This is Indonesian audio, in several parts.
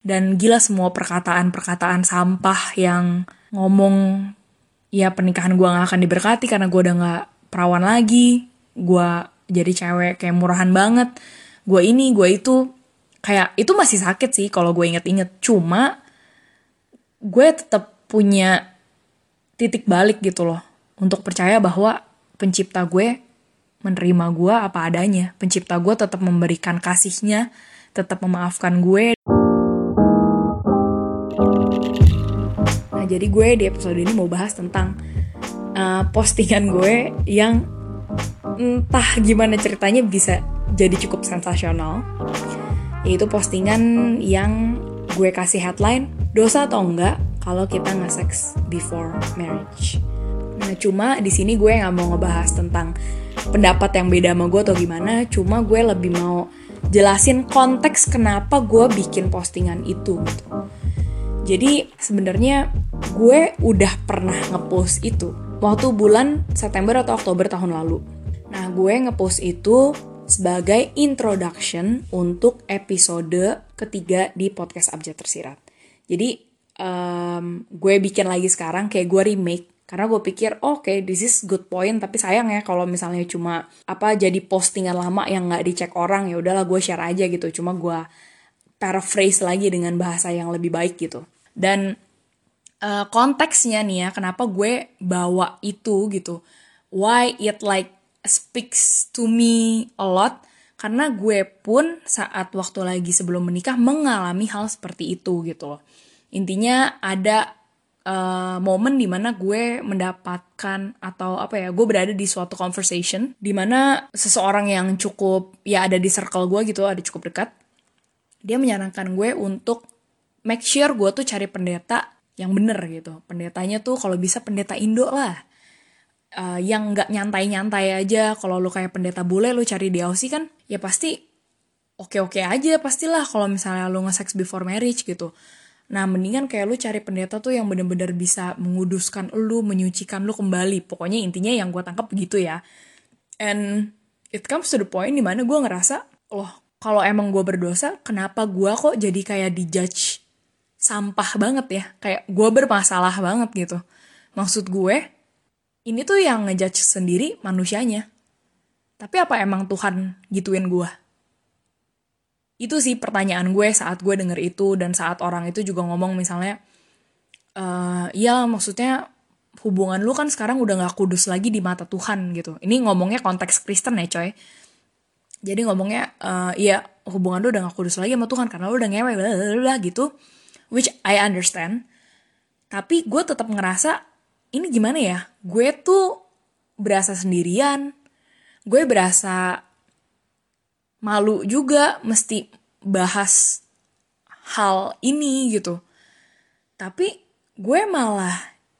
Dan gila semua perkataan-perkataan sampah yang ngomong, ya pernikahan gue gak akan diberkati karena gue udah gak perawan lagi. Gue jadi cewek kayak murahan banget. Gue ini, gue itu. Kayak itu masih sakit sih kalau gue inget-inget. Cuma gue tetap punya titik balik gitu loh. Untuk percaya bahwa pencipta gue menerima gue apa adanya. Pencipta gue tetap memberikan kasihnya, tetap memaafkan gue. Nah, jadi gue di episode ini mau bahas tentang postingan gue yang entah gimana ceritanya bisa jadi cukup sensasional. Yaitu postingan yang gue kasih headline, dosa atau enggak kalau kita nge-sex before marriage. Nah, cuma di sini gue nggak mau ngebahas tentang pendapat yang beda sama gue atau gimana. Cuma gue lebih mau jelasin konteks kenapa gue bikin postingan itu gitu. Jadi sebenarnya gue udah pernah ngepost itu waktu bulan September atau Oktober tahun lalu. Nah, gue ngepost itu sebagai introduction untuk episode ketiga di podcast Abjad Tersirat. Jadi gue bikin lagi sekarang, kayak gue remake. Karena gue pikir, oke, this is good point. Tapi sayang ya kalau misalnya cuma jadi postingan lama yang nggak dicek orang, ya udahlah gue share aja gitu. Cuma gue paraphrase lagi dengan bahasa yang lebih baik gitu. Dan konteksnya nih ya, kenapa gue bawa itu gitu. Why it like speaks to me a lot. Karena gue pun saat waktu lagi sebelum menikah mengalami hal seperti itu gitu loh. Intinya ada momen dimana gue mendapatkan atau gue berada di suatu conversation dimana seseorang yang cukup ya ada di circle gue gitu, ada cukup dekat. Dia menyarankan gue untuk make sure gue tuh cari pendeta yang bener gitu. Pendetanya tuh kalau bisa pendeta Indo lah. Yang gak nyantai-nyantai aja. Kalau lu kayak pendeta bule lu cari di Aussie kan, ya pasti oke-oke aja pastilah kalau misalnya lu nge-sex before marriage gitu. Nah, mendingan kayak lu cari pendeta tuh yang bener-bener bisa menguduskan lu, menyucikan lu kembali. Pokoknya intinya yang gue tangkap begitu ya. And it comes to the point dimana gue ngerasa, loh, kalau emang gue berdosa, kenapa gue kok jadi kayak dijudge sampah banget ya? Kayak gue bermasalah banget gitu. Maksud gue, ini tuh yang ngejudge sendiri manusianya. Tapi apa emang Tuhan gituin gue? Itu sih pertanyaan gue saat gue denger itu. Dan saat orang itu juga ngomong misalnya, ya maksudnya hubungan lu kan sekarang udah gak kudus lagi di mata Tuhan gitu. Ini ngomongnya konteks Kristen ya coy. Jadi ngomongnya, ya hubungan lu udah gak kudus lagi sama Tuhan karena lu udah ngewe blablabla gitu. Which I understand. Tapi gue tetap ngerasa, ini gimana ya? Gue tuh berasa sendirian. Gue berasa malu juga mesti bahas hal ini gitu. Tapi gue malah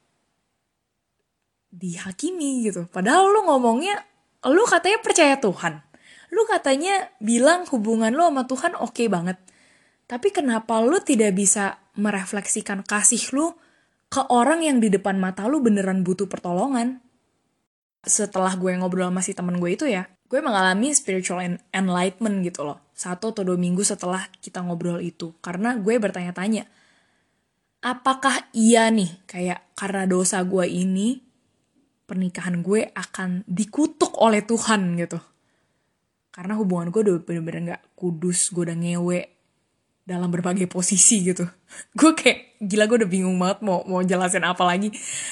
dihakimi gitu. Padahal lu ngomongnya, lu katanya percaya Tuhan. Lu katanya bilang hubungan lu sama Tuhan oke banget. Tapi kenapa lu tidak bisa merefleksikan kasih lu ke orang yang di depan mata lu beneran butuh pertolongan? Setelah gue ngobrol sama si temen gue itu ya, gue mengalami spiritual enlightenment gitu loh. 1 atau 2 minggu setelah kita ngobrol itu. Karena gue bertanya-tanya, apakah iya nih kayak karena dosa gue ini, pernikahan gue akan dikutuk oleh Tuhan gitu. Karena hubungan gue udah bener-bener gak kudus, gue udah ngewe dalam berbagai posisi gitu. Gue kayak, gila gue udah bingung banget mau jelasin apa lagi.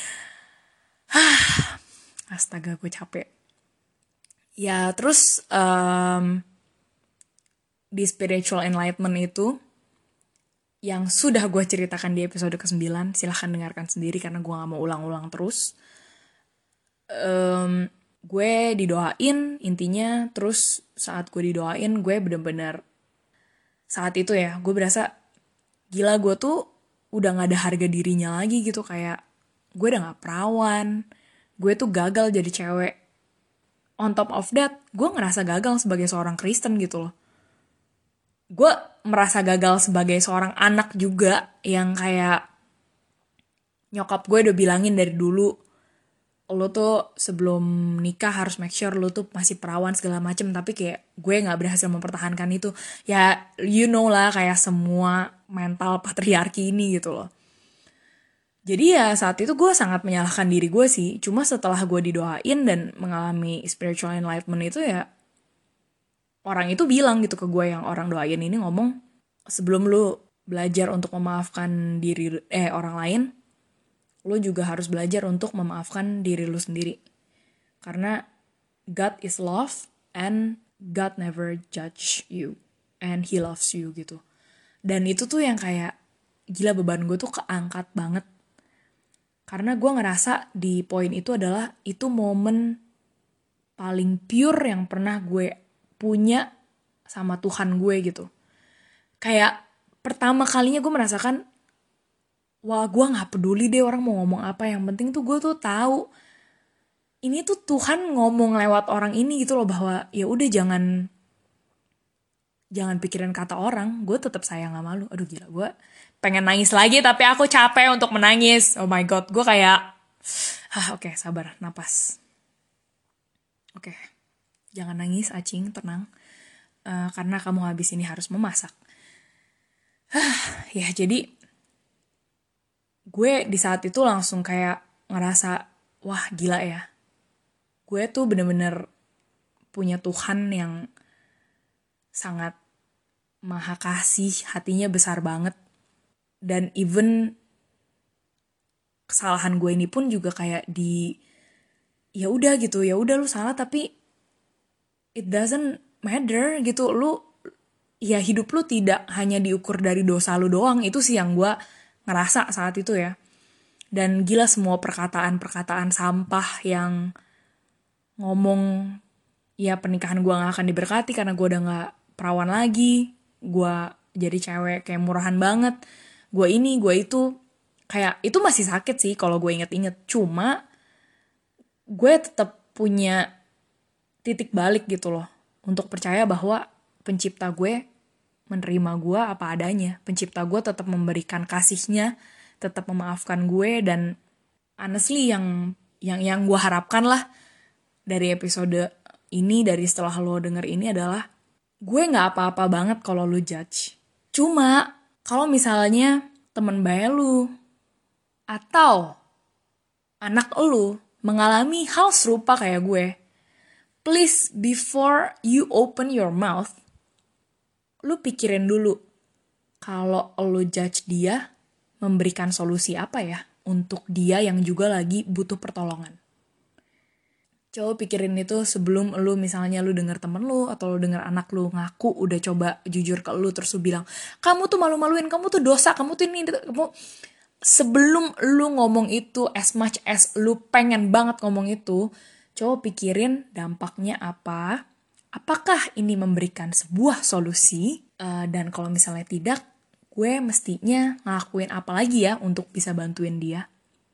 Astaga gue capek. Ya terus di spiritual enlightenment itu yang sudah gue ceritakan di episode ke-9, silahkan dengarkan sendiri karena gue gak mau ulang-ulang terus. Gue didoain intinya, terus saat gue didoain gue bener-bener saat itu ya gue berasa gila, gue tuh udah gak ada harga dirinya lagi gitu. Kayak gue udah gak perawan, gue tuh gagal jadi cewek. On top of that, gue ngerasa gagal sebagai seorang Kristen gitu loh. Gue merasa gagal sebagai seorang anak juga, yang kayak nyokap gue udah bilangin dari dulu, lo tuh sebelum nikah harus make sure lo tuh masih perawan segala macem, tapi kayak gue nggak berhasil mempertahankan itu. Ya you know lah, kayak semua mental patriarki ini gitu loh. Jadi ya saat itu gue sangat menyalahkan diri gue sih. Cuma setelah gue didoain dan mengalami spiritual enlightenment itu ya, orang itu bilang gitu ke gue, yang orang doain ini ngomong, sebelum lu belajar untuk memaafkan diri orang lain, lu juga harus belajar untuk memaafkan diri lu sendiri. Karena God is love and God never judge you and He loves you gitu. Dan itu tuh yang kayak gila, beban gue tuh keangkat banget. Karena gue ngerasa di poin itu adalah itu momen paling pure yang pernah gue punya sama Tuhan gue gitu. Kayak pertama kalinya gue merasakan, wah gue gak peduli deh orang mau ngomong apa, yang penting tuh gue tuh tahu ini tuh Tuhan ngomong lewat orang ini gitu loh, bahwa ya udah jangan pikirin kata orang, gue tetap sayang sama lu. Aduh gila, gue pengen nangis lagi tapi aku capek untuk menangis. Oh my god, gue kayak oke, sabar, napas. Oke, jangan nangis Acing, tenang, karena kamu habis ini harus memasak. Ya jadi gue di saat itu langsung kayak ngerasa, wah gila ya, gue tuh bener-bener punya Tuhan yang sangat maha kasih, hatinya besar banget. Dan even kesalahan gue ini pun juga kayak ya udah gitu, ya udah lu salah tapi it doesn't matter gitu. Lu ya hidup lu tidak hanya diukur dari dosa lu doang. Itu sih yang gue ngerasa saat itu ya. Dan gila, semua perkataan sampah yang ngomong ya pernikahan gue gak akan diberkati karena gue udah gak perawan lagi, gue jadi cewek kayak murahan banget, gue ini gue itu, kayak itu masih sakit sih kalau gue inget-inget. Cuma gue tetap punya titik balik gitu loh, untuk percaya bahwa pencipta gue menerima gue apa adanya. Pencipta gue tetap memberikan kasihnya, tetap memaafkan gue. Dan honestly yang gue harapkan lah dari episode ini, dari setelah lo denger ini adalah, gue gak apa-apa banget kalau lo judge. Cuma kalau misalnya temen bae lu atau anak lu mengalami hal serupa kayak gue, please before you open your mouth, lu pikirin dulu kalau lu judge dia, memberikan solusi apa ya untuk dia yang juga lagi butuh pertolongan. Coba pikirin itu sebelum lu misalnya lu denger temen lu atau lu denger anak lu ngaku udah coba jujur ke lu, terus lu bilang, kamu tuh malu-maluin, kamu tuh dosa, kamu tuh ini, kamu. Sebelum lu ngomong itu, as much as lu pengen banget ngomong itu, coba pikirin dampaknya apa, apakah ini memberikan sebuah solusi, dan kalau misalnya tidak, gue mestinya ngelakuin apa lagi ya untuk bisa bantuin dia.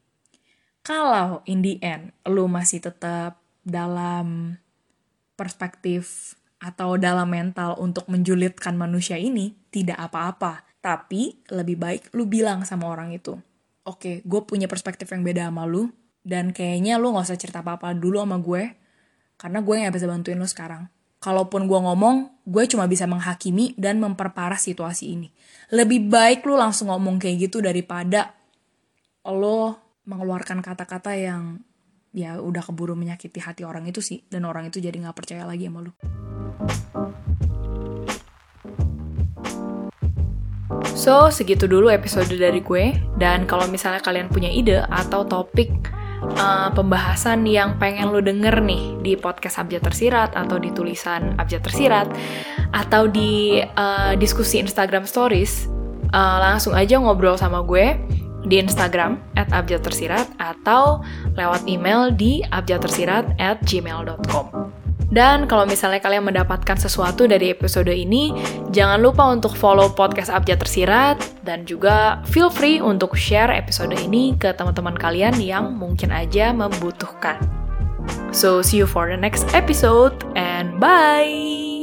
Kalau in the end lu masih tetap dalam perspektif atau dalam mental untuk menjulitkan manusia ini, tidak apa-apa. Tapi lebih baik lu bilang sama orang itu, oke, gue punya perspektif yang beda sama lu, dan kayaknya lu gak usah cerita apa-apa dulu sama gue, karena gue gak bisa bantuin lu sekarang. Kalaupun gue ngomong, gue cuma bisa menghakimi dan memperparah situasi ini. Lebih baik lu langsung ngomong kayak gitu daripada lo mengeluarkan kata-kata yang ya udah keburu menyakiti hati orang itu sih, dan orang itu jadi gak percaya lagi sama lu. So, segitu dulu episode dari gue. Dan kalau misalnya kalian punya ide atau topik pembahasan yang pengen lu denger nih di podcast Abjad Tersirat, atau di tulisan Abjad Tersirat, atau di diskusi Instagram Stories, langsung aja ngobrol sama gue di Instagram @abjadtersirat atau lewat email di abjadtersirat@gmail.com. Dan kalau misalnya kalian mendapatkan sesuatu dari episode ini, jangan lupa untuk follow podcast Abjad Tersirat, dan juga feel free untuk share episode ini ke teman-teman kalian yang mungkin aja membutuhkan. So, see you for the next episode, and bye!